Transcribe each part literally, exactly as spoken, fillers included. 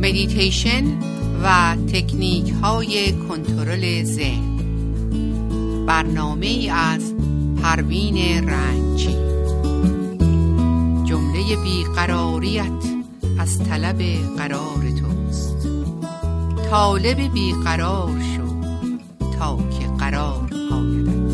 مدیتیشن و تکنیک های کنترل ذهن. برنامه ای از پروین رنجی. جمله بیقراریت از طلب قرار توست. طالب بیقرار شو تا که قرار آیدت.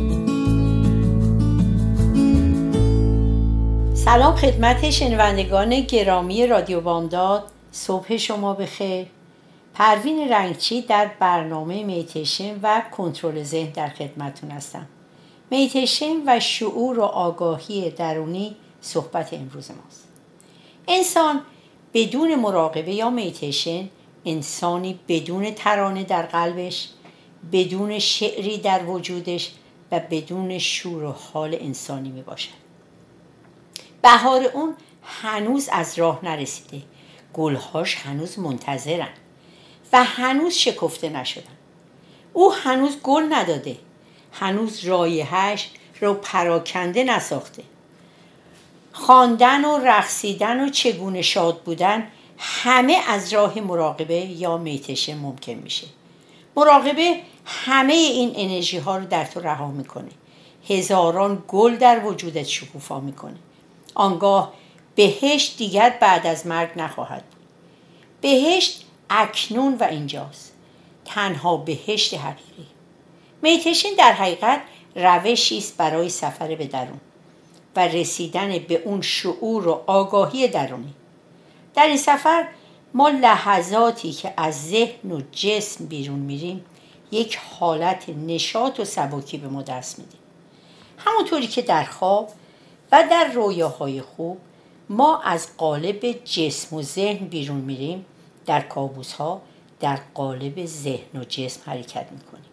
سلام خدمت شنوندگان گرامی رادیو بامداد. صبح شما بخیر. پروین رنگچی در برنامه مدیتیشن و کنترل ذهن در خدمتتون هستم. مدیتیشن و شعور و آگاهی درونی صحبت امروز ماست. انسان بدون مراقبه یا مدیتیشن انسانی بدون ترانه در قلبش، بدون شعری در وجودش و بدون شور و حال انسانی می باشد. بهار اون هنوز از راه نرسیده، گلهاش هنوز منتظرن و هنوز شکفته نشدن. او هنوز گل نداده، هنوز رایحه‌اش رو پراکنده نساخته. خواندن و رقصیدن و چگونه شاد بودن همه از راه مراقبه یا مدیتیشن ممکن میشه. مراقبه همه این انرژی ها رو در تو رها میکنه. هزاران گل در وجودت شکوفا میکنه. آنگاه بهشت دیگر بعد از مرگ نخواهد بود. بهشت اکنون و اینجاست. تنها بهشت حقیقی. مدیتیشن در حقیقت روشی است برای سفر به درون و رسیدن به اون شعور و آگاهی درونی. در این سفر ما لحظاتی که از ذهن و جسم بیرون میریم یک حالت نشاط و سبکی به ما دست میدیم. همونطوری که در خواب و در رویاهای خوب ما از قالب جسم و ذهن بیرون میریم، در کابوس‌ها در قالب ذهن و جسم حرکت میکنیم.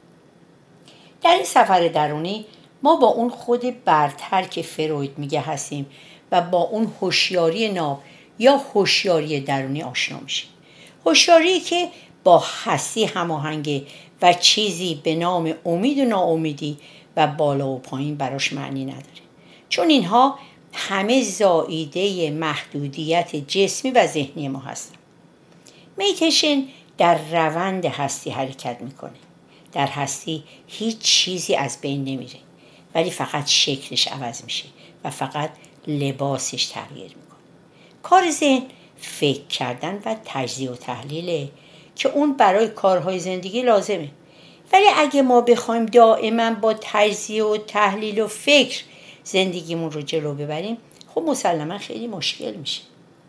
در این سفر درونی ما با اون خود برتر که فروید میگه هستیم و با اون هوشیاری ناب یا هوشیاری درونی آشنا میشیم. هوشیاری که با هستی هماهنگه و چیزی به نام امید و ناامیدی و بالا و پایین براش معنی نداره، چون اینها همه زائیده محدودیت جسمی و ذهنی ما هستن. مدیتیشن در روند هستی حرکت میکنه. در هستی هیچ چیزی از بین نمیره، ولی فقط شکلش عوض میشه و فقط لباسش تغییر میکنه. کار ذهن فکر کردن و تجزیه و تحلیله که اون برای کارهای زندگی لازمه. ولی اگه ما بخوایم دائما با تجزیه و تحلیل و فکر زندگیمون رو جلو ببریم، خب مسلما خیلی مشکل میشه.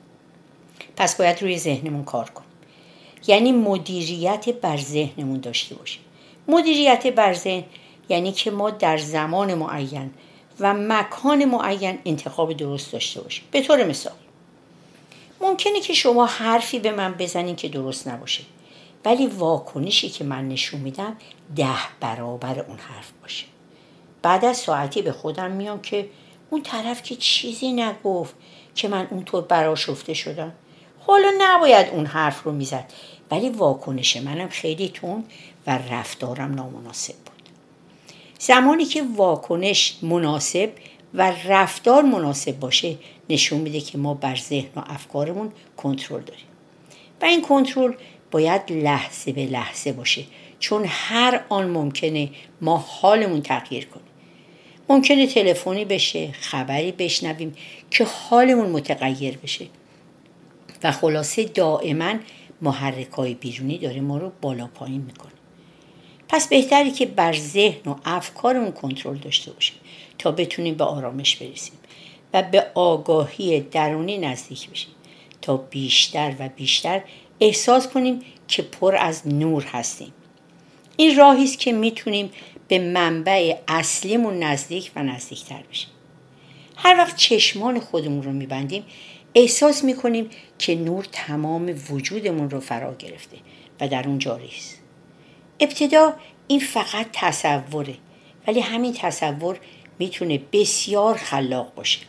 پس باید روی ذهنمون کار کنیم. یعنی مدیریت بر ذهنمون داشته باشیم. مدیریت بر ذهن یعنی که ما در زمان معین و مکان معین انتخاب درست داشته باشیم. به طور مثال ممکنه که شما حرفی به من بزنین که درست نباشه، ولی واکنشی که من نشون میدم ده برابر اون حرف باشه. بعد از ساعتی به خودم میام که اون طرف که چیزی نگفت که من اونطور برآشفته شدم. حالا نباید اون حرف رو میزد، ولی واکنش منم خیلی تند و رفتارم نامناسب بود. زمانی که واکنش مناسب و رفتار مناسب باشه نشون میده که ما بر ذهن و افکارمون کنترل داریم. و این کنترل باید لحظه به لحظه باشه، چون هر آن ممکنه ما حالمون تغییر کنه. ممکنه تلفنی بشه، خبری بشنویم که حالمون متغیر بشه و خلاصه دائما محرکای بیرونی داره ما رو بالا پایین میکنه. پس بهتره که بر ذهن و افکارمون کنترل داشته باشیم تا بتونیم به آرامش برسیم و به آگاهی درونی نزدیک بشیم تا بیشتر و بیشتر احساس کنیم که پر از نور هستیم. این راهی است که میتونیم به منبع اصلیمون نزدیک و نزدیکتر بشیم. هر وقت چشمان خودمون رو میبندیم احساس میکنیم که نور تمام وجودمون رو فرا گرفته و در اون جاری است. ابتدا این فقط تصوره، ولی همین تصور میتونه بسیار خلاق باشه.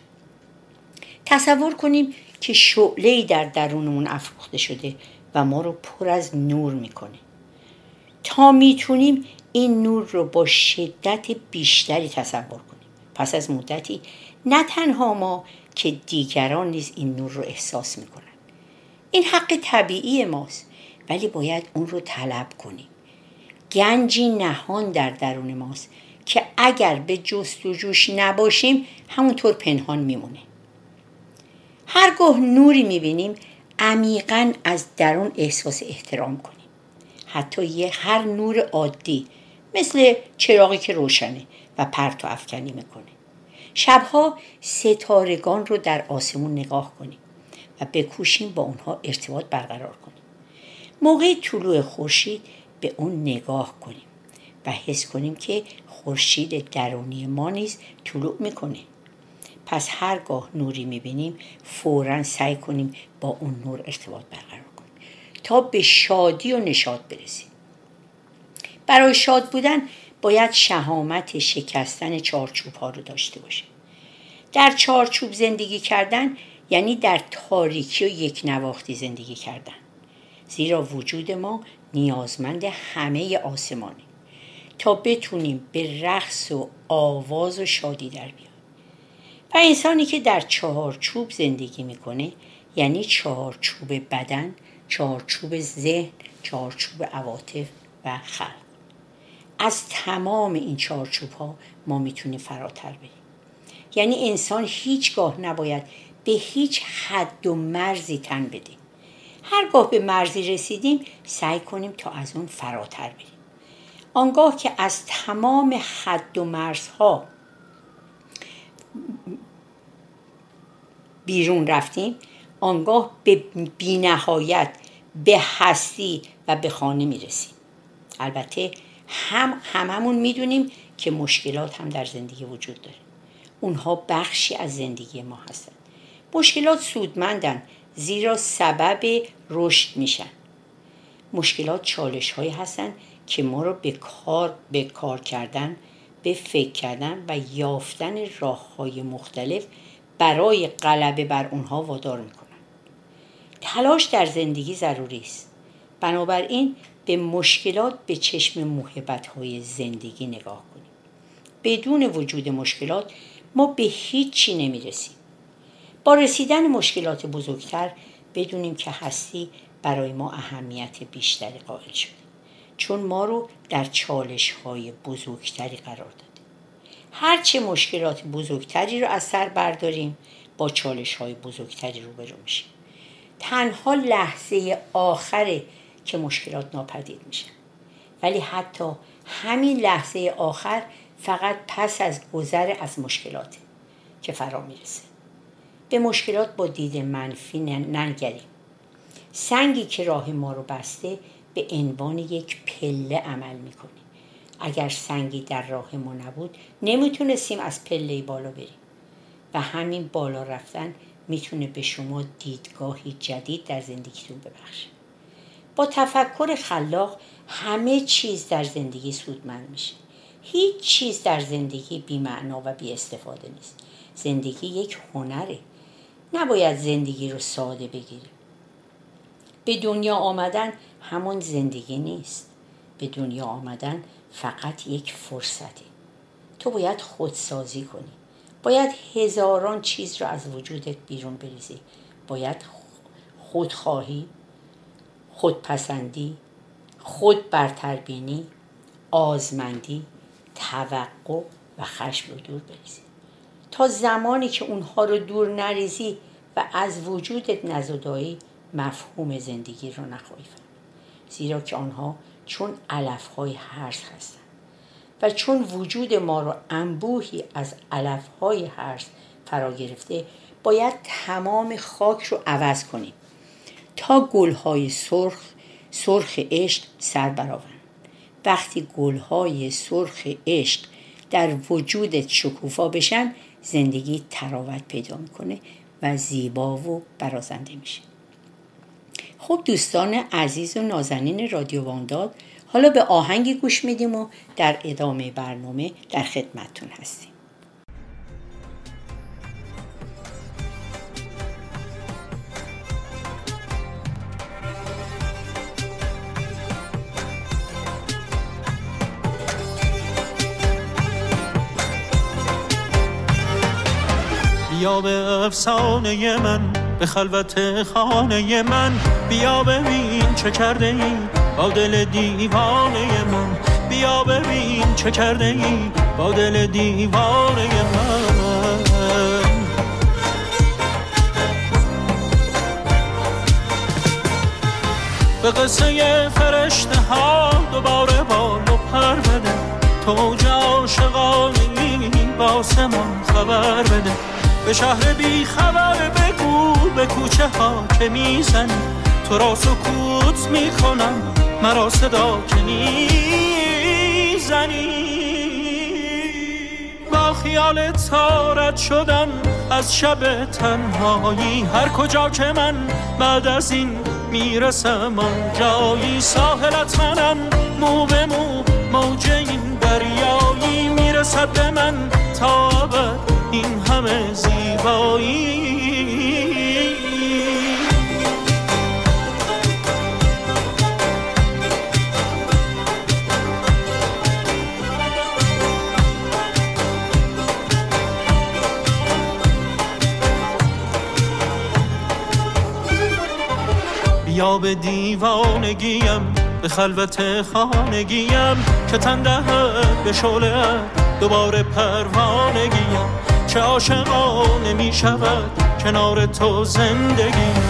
تصور کنیم که شعله‌ای در درونمون افروخته شده و ما رو پر از نور میکنه. تا میتونیم این نور رو با شدت بیشتری تصور کنیم. پس از مدتی نه تنها ما که دیگران نیز این نور رو احساس میکنن. این حق طبیعی ماست، ولی باید اون رو طلب کنیم. گنجی نهان در درون ماست که اگر به جستجوش نباشیم همونطور پنهان میمونه. هرگاه نوری میبینیم عمیقاً از درون احساس احترام کنیم. حتی یه هر نور عادی مثل چراغی که روشنه و پرتو افکنی میکنه. شبها ستارگان رو در آسمون نگاه کنیم و بکوشیم با اونها ارتباط برقرار کنیم. موقع طلوع خورشید به اون نگاه کنیم و حس کنیم که خورشید درونی ما نیز طلوع میکنه. پس هرگاه نوری میبینیم فوراً سعی کنیم با اون نور ارتباط برقرار کنیم تا به شادی و نشاط برسیم. برای شاد بودن باید شهامت شکستن چارچوب ها رو داشته باشیم. در چارچوب زندگی کردن یعنی در تاریکی و یک نواختی زندگی کردن، زیرا وجود ما نیازمند همه آسمانی تا بتونیم به رقص و آواز و شادی در بیاییم. و انسانی که در چارچوب زندگی میکنه یعنی چارچوب بدن، چارچوب ذهن، چارچوب عواطف و خلق. از تمام این چارچوب ها ما میتونیم فراتر بریم. یعنی انسان هیچگاه نباید به هیچ حد و مرزی تن بده. هرگاه به مرزی رسیدیم سعی کنیم تا از اون فراتر بریم. آنگاه که از تمام حد و مرزها بیرون رفتیم، آنگاه به بی‌نهایت، به هستی و به خانه میرسیم. البته هم هممون میدونیم که مشکلات هم در زندگی وجود داره. اونها بخشی از زندگی ما هستن. مشکلات سودمندن، زیرا سبب رشد میشن. مشکلات چالش هایی هستن که ما رو به کار به کار کردن، به فکر کردن و یافتن راه های مختلف برای غلبه بر اونها وادار میکنن. تلاش در زندگی ضروری است. بنابراین به مشکلات به چشم موهبت های زندگی نگاه کنیم. بدون وجود مشکلات ما به هیچی نمیرسیم. با رسیدن مشکلات بزرگتر بدونیم که هستی برای ما اهمیت بیشتری قائل شده، چون ما رو در چالش های بزرگتری قرار داده. هرچه مشکلات بزرگتری رو از سر برداریم با چالش های بزرگتری روبرو میشیم. تنها لحظه آخره که مشکلات ناپدید میشن، ولی حتی همین لحظه آخر فقط پس از گذر از مشکلات که فرا میرسه. به مشکلات با دید منفی ننگریم. سنگی که راه ما رو بسته به عنوان یک پله عمل میکنه. اگر سنگی در راه ما نبود نمیتونستیم از پله بالا بریم و همین بالا رفتن میتونه به شما دیدگاهی جدید در زندگیتون ببخشه. با تفکر خلاق همه چیز در زندگی سودمند میشه. هیچ چیز در زندگی بی معنا و بی استفاده نیست. زندگی یک هنره. نباید زندگی رو ساده بگیریم. به دنیا آمدن همون زندگی نیست. به دنیا آمدن فقط یک فرصته. تو باید خودسازی کنی. باید هزاران چیز رو از وجودت بیرون بریزی. باید خودخواهی، خودپسندی، خود برتربینی، آزمندی، توقع و خشم رو دور بریزی. تا زمانی که اونها رو دور نریزی و از وجودت نزدایی مفهوم زندگی رو نخواهی فهمید. زیرا که آنها چون علفهای هرز هستند و چون وجود ما رو انبوهی از علفهای هرز فرا گرفته، باید تمام خاک رو عوض کنیم تا گلهای سرخ سرخ عشق سر برآورند. وقتی گلهای سرخ عشق در وجودت شکوفا بشن، زندگی تراوت پیدا میکنه و زیبا و برازنده میشه. خب دوستان عزیز و نازنین رادیو بامداد، حالا به آهنگی گوش میدیم و در ادامه برنامه در خدمتتون هستیم. یا به افسانه من به خلوت خانه من. بیا ببین چه کرده ای با دل دیوانه من. بیا ببین چه کرده ای با دل دیوانه من. به قصه فرشته ها دوباره بال و پر بده. توج عاشقانه‌ای با آسمان خبر بده. به شهر بی خبر بگو به کوچه ها که میزنی تو را سکوت میکنم مرا صدا که میزنی. با خیال تارت شدن از شب تنهایی هر کجا که من بعد از این میرسم آنجایی. ساحلت منم مو به مو موج این دریایی میرسد به من تا ابد این همه زیبایی. بیا به دیوانگیم به خلوت خانگیم که تن دهد به شعله دوباره پروانگیم. چه عاشقانه می شود کنار تو زندگیم.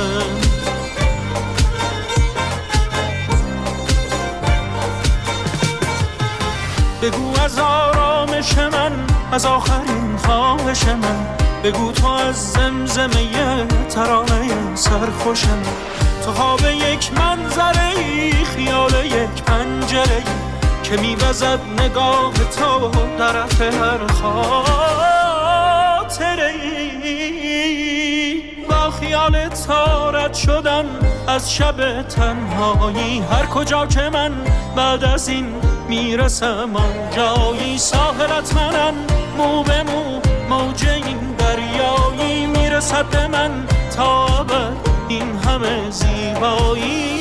بگو از آرامش من از آخرین خواهش من. بگو تو از زمزمه ترانه سرخوش من. تو خواب یک منظره ای خیال یک پنجره ای که میوزد نگاه تو طرف هر خاطره ای. با خیال تارت شدن از شب تنهایی هر کجا که من بعد از این میرسم آنجایی. ساحلت منم مو به مو موج این دریایی میرسد به من تا ابد این همه زیبایی.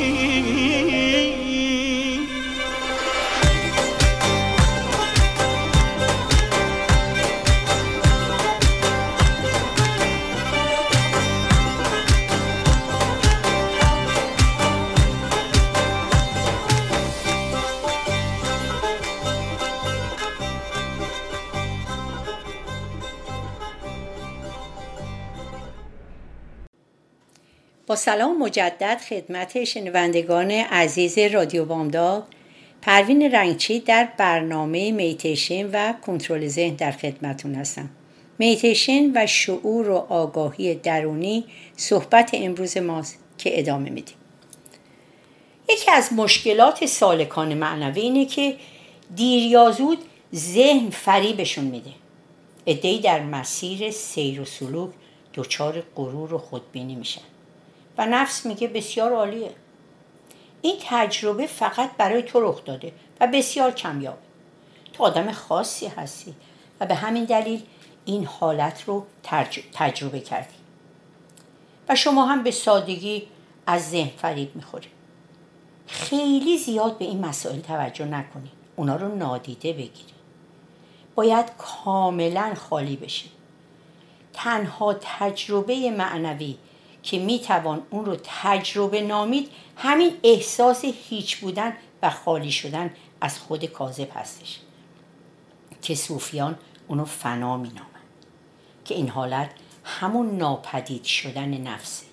با سلام مجدد خدمت شنوندگان عزیز رادیو بامداد، پروین رنگچی در برنامه میتیشن و کنترل ذهن در خدمتون هستم. میتیشن و شعور و آگاهی درونی صحبت امروز ماست که ادامه میدیم. یکی از مشکلات سالکان معنوی اینه که دیر یا زود ذهن فریبشون میده. عده‌ای در مسیر سیر و سلوک دچار غرور و خودبینی میشن و نفس میگه بسیار عالیه، این تجربه فقط برای تو رخ داده و بسیار کمیابه، تو آدم خاصی هستی و به همین دلیل این حالت رو ترج... تجربه کردی و شما هم به سادگی از ذهن فریب میخوری. خیلی زیاد به این مسائل توجه نکنی، اونا رو نادیده بگیری. باید کاملا خالی بشی. تنها تجربه معنوی که میتوان اون رو تجربه نامید همین احساس هیچ بودن و خالی شدن از خود کاذب هستش که صوفیان اونو فنا مینامن، که این حالت همون ناپدید شدن نفسه.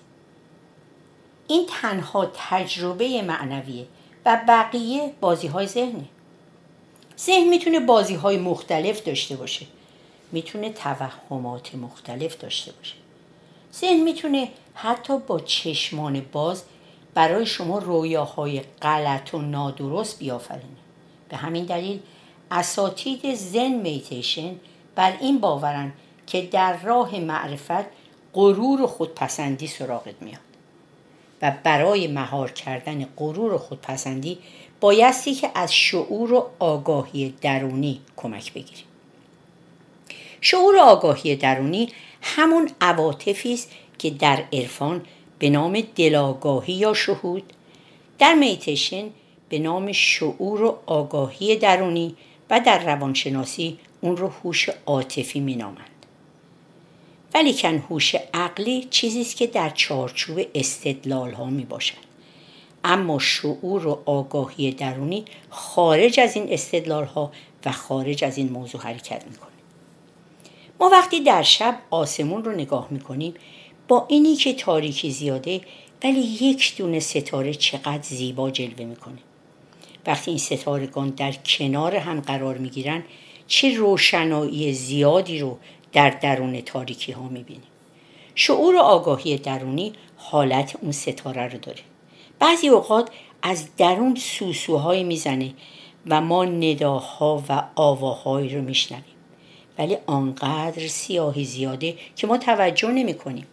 این تنها تجربه معنویه و بقیه بازی های ذهنه. ذهن میتونه بازی های مختلف داشته باشه، میتونه توهمات مختلف داشته باشه. ذهن میتونه حتی با چشمان باز برای شما رویاهای غلط و نادرست بیافرینه. به همین دلیل اساتید زن میتیشن بر این باورن که در راه معرفت غرور و خودپسندی سراغت میاد و برای مهار کردن غرور و خودپسندی بایستی که از شعور و آگاهی درونی کمک بگیری. شعور و آگاهی درونی همون عواطفی است که در عرفان به نام دلاگاهی یا شهود، در میتیشن به نام شعور و آگاهی درونی و در روانشناسی اون رو هوش عاطفی مینامند. ولیکن هوش عقلی چیزی است که در چارچوب استدلال ها می باشد، اما شعور و آگاهی درونی خارج از این استدلال ها و خارج از این موضوع حرکت می کنه. ما وقتی در شب آسمون رو نگاه می کنیم، با اینی که تاریکی زیاده ولی یک دونه ستاره چقدر زیبا جلوه می کنه. وقتی این ستارگان در کنار هم قرار می گیرن، چه روشنایی زیادی رو در درون تاریکی ها می بینیم. شعور و آگاهی درونی حالت اون ستاره رو داره. بعضی اوقات از درون سوسوهایی می زنه و ما نداها و آواهایی رو می شنویم، ولی آنقدر سیاهی زیاده که ما توجه نمی کنیم.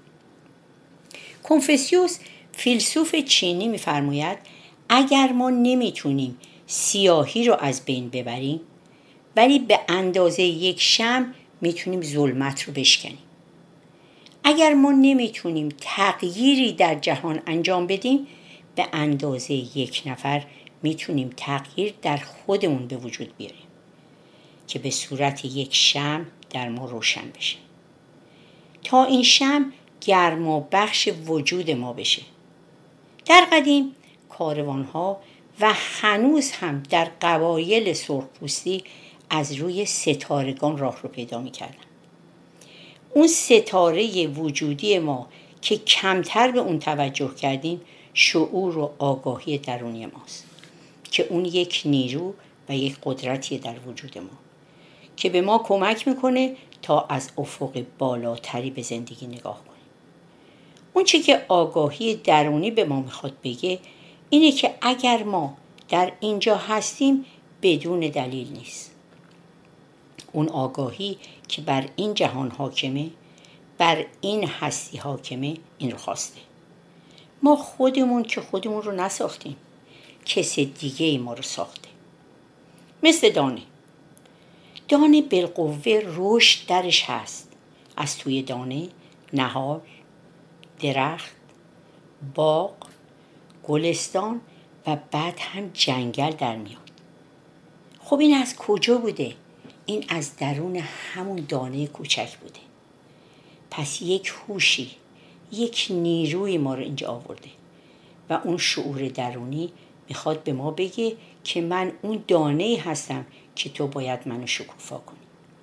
کنفوسیوس فیلسوف چینی می فرماید اگر ما نمی تونیم سیاهی رو از بین ببریم، ولی به اندازه یک شمع می تونیم ظلمت رو بشکنیم. اگر ما نمی تونیم تغییری در جهان انجام بدیم، به اندازه یک نفر می تونیم تغییر در خودمون به وجود بیاریم که به صورت یک شمع در ما روشن بشه، تا این شمع گرما بخش وجود ما بشه. در قدیم کاروانها و هنوز هم در قبایل سرخپوستی از روی ستارگان راه رو پیدا می کردن. اون ستاره وجودی ما که کمتر به اون توجه کردیم شعور و آگاهی درونی ماست که اون یک نیرو و یک قدرتی در وجود ما که به ما کمک میکنه تا از افق بالاتری به زندگی نگاه کنیم. اون چی که آگاهی درونی به ما میخواد بگه اینه که اگر ما در اینجا هستیم بدون دلیل نیست. اون آگاهی که بر این جهان حاکمه، بر این هستی حاکمه، این رو خواسته. ما خودمون که خودمون رو نساختیم، کس دیگه ای ما رو ساخته. مثل دانه. دانه بالقوه رشد درش هست. از توی دانه نهال، درخت، باغ، گلستان و بعد هم جنگل در میاد. خب این از کجا بوده؟ این از درون همون دانه کوچک بوده. پس یک هوشی، یک نیروی ما رو اینجا آورده و اون شعور درونی میخواد به ما بگه که من اون دانه‌ای هستم که تو باید منو شکوفا کنی.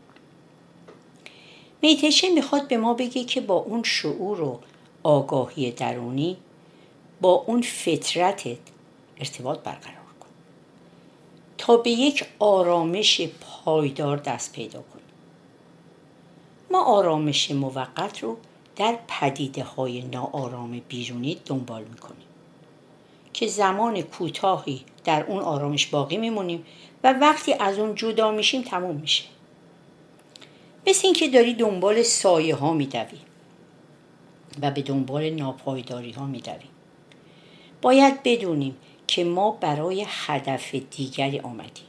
میتیشن میخواد به ما بگه که با اون شعور و آگاهی درونی، با اون فطرتت ارتباط برقرار کن تا به یک آرامش پایدار دست پیدا کنی. ما آرامش موقت رو در پدیده های ناآرام بیرونی دنبال میکنیم که زمان کوتاهی در اون آرامش باقی میمونیم و وقتی از اون جدا میشیم تموم میشه. مثل این که داری دنبال سایه ها میدوی و به دنبال ناپایداری ها میدوی. باید بدونیم که ما برای هدف دیگری آمدیم.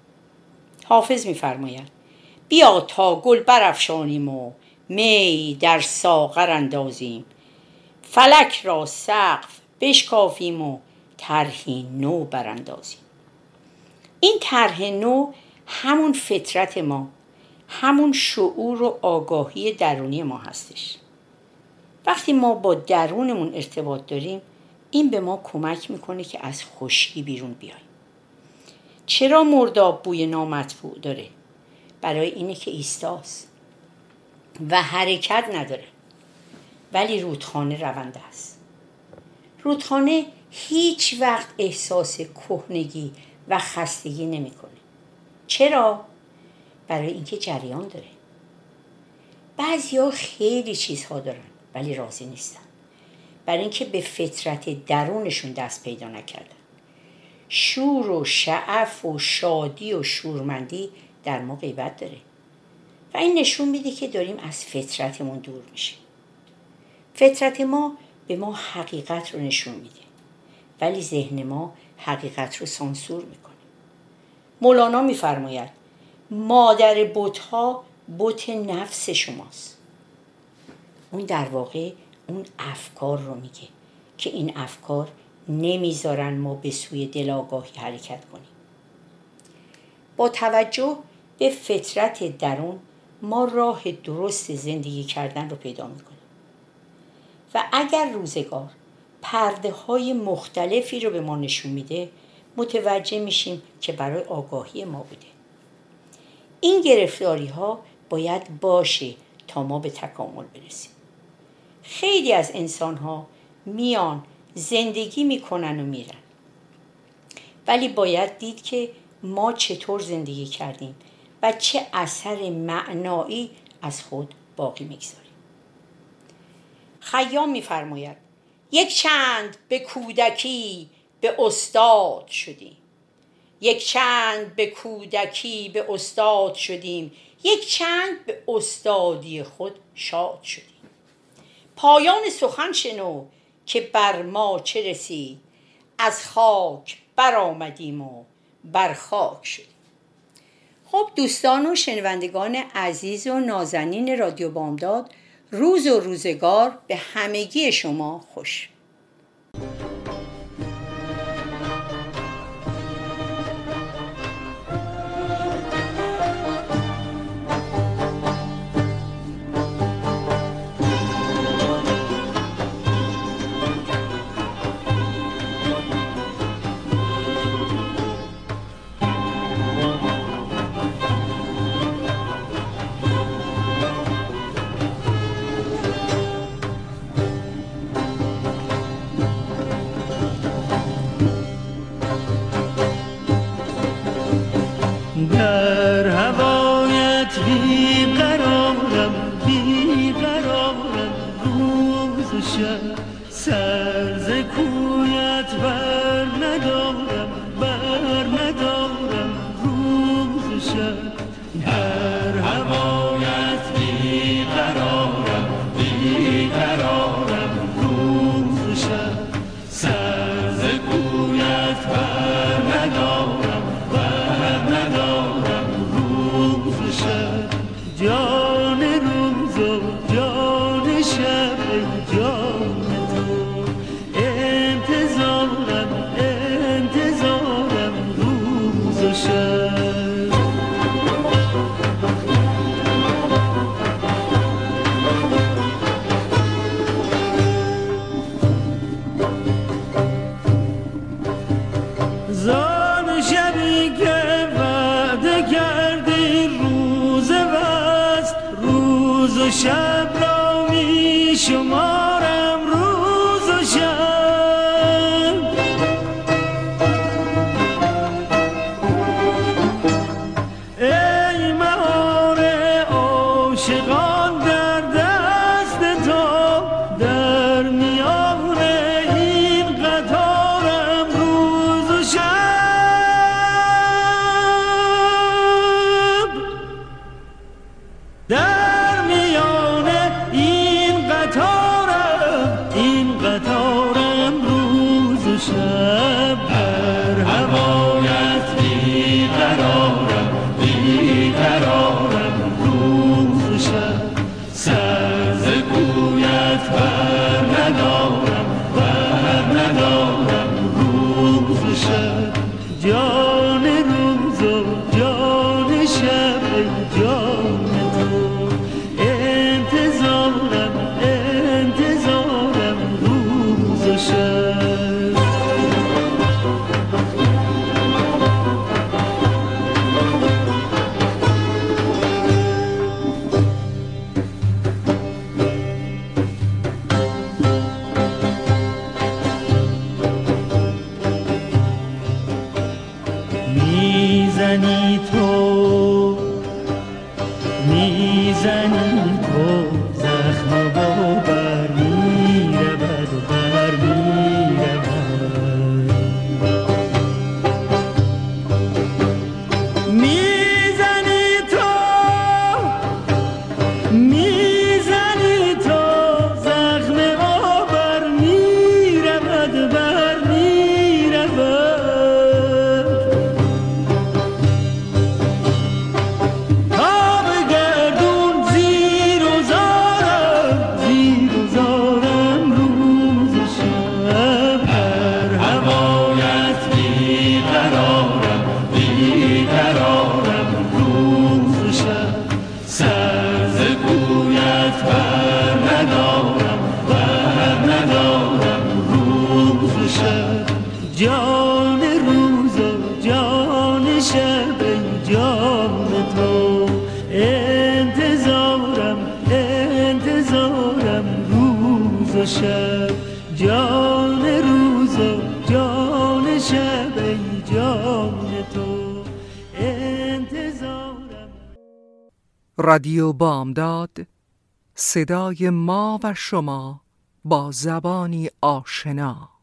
حافظ میفرماید بیا تا گل برافشانیم و می در ساغر اندازیم، فلک را سقف بشکافیم و طرحی نو براندازیم. این طرح نو همون فطرت ما، همون شعور و آگاهی درونی ما هستش. وقتی ما با درونمون ارتباط داریم، این به ما کمک میکنه که از خشکی بیرون بیاییم. چرا مرداب بوی نامطبوع داره؟ برای اینه که ایستاست و حرکت نداره، ولی رودخانه رونده است. رودخانه هیچ وقت احساس کهنگی و خستگی نمیکنه. چرا؟ برای اینکه جریان داره. بعضیا خیلی چیزها دارن ولی راضی نیستن، برای اینکه به فطرت درونشون دست پیدا نکردن. شور و شعف و شادی و شورمندی در ما غیبت داره و این نشون میده که داریم از فطرتمون دور میشیم. فطرت ما به ما حقیقت رو نشون میده، ولی ذهن ما حقیقت رو سانسور میکنه. مولانا میفرماید مادر بت‌ها بت نفس شماست. اون در واقع اون افکار رو میگه که این افکار نمیذارن ما به سوی دلاگاهی حرکت کنیم. با توجه به فطرت درون ما راه درست زندگی کردن رو پیدا میکنیم و اگر روزگار پرده های مختلفی رو به ما نشون میده، متوجه میشیم که برای آگاهی ما بوده. این گرفتاری ها باید باشه تا ما به تکامل برسیم. خیلی از انسان ها میان زندگی میکنن و میرن، ولی باید دید که ما چطور زندگی کردیم و چه اثر معنایی از خود باقی میگذاریم. خیام میفرماید یک چند به کودکی به استاد شدیم، یک چند به کودکی به استاد شدیم، یک چند به استادی خود شاد شدیم. پایان سخن شنو که بر ما چه رسید، از خاک بر آمدیم و بر خاک شدیم. خب دوستان و شنوندگان عزیز و نازنین رادیو بامداد، روز و روزگار به همگی شما خوش. در هوایت بی قرارم، بی قرارم روز و شب، سر ز کویت بر ندارم، بر ندارم روز و شب. در هوایت بی قرارم، بی قرارم روز و شب، سر ز کویت بر ندارم، جان روز و جان شب، جان تو انتظارم، انتظارم روز و شب. زان شبی که وعده کردی روز وست، روز و شب را می شمارم روز و شب. ای مهار عاشقان در دست تو، در میان این قطارم روز و شب. در میان این قطارم، این قطارم روز و شب. در هوایت بی قرارم، بی قرارم روز و شب، سر ز کویت بر ندارم، بر ندارم روز و شب. جان روز و جان شب، جان تو انتظارم، انتظارم روز و شب. میزنی تو، میزنی تو زخم با بر میرود و بر میرود. میزنی تو، میزنی تو زخم با بر میرود، بر میرود. جان روز و جان شب ای جان تو. انتظارم انتظارم روز و شب، جان روز و جان شب ای جان تو. انتظارم. رادیو بامداد، صدای ما و شما با زبانی آشنا.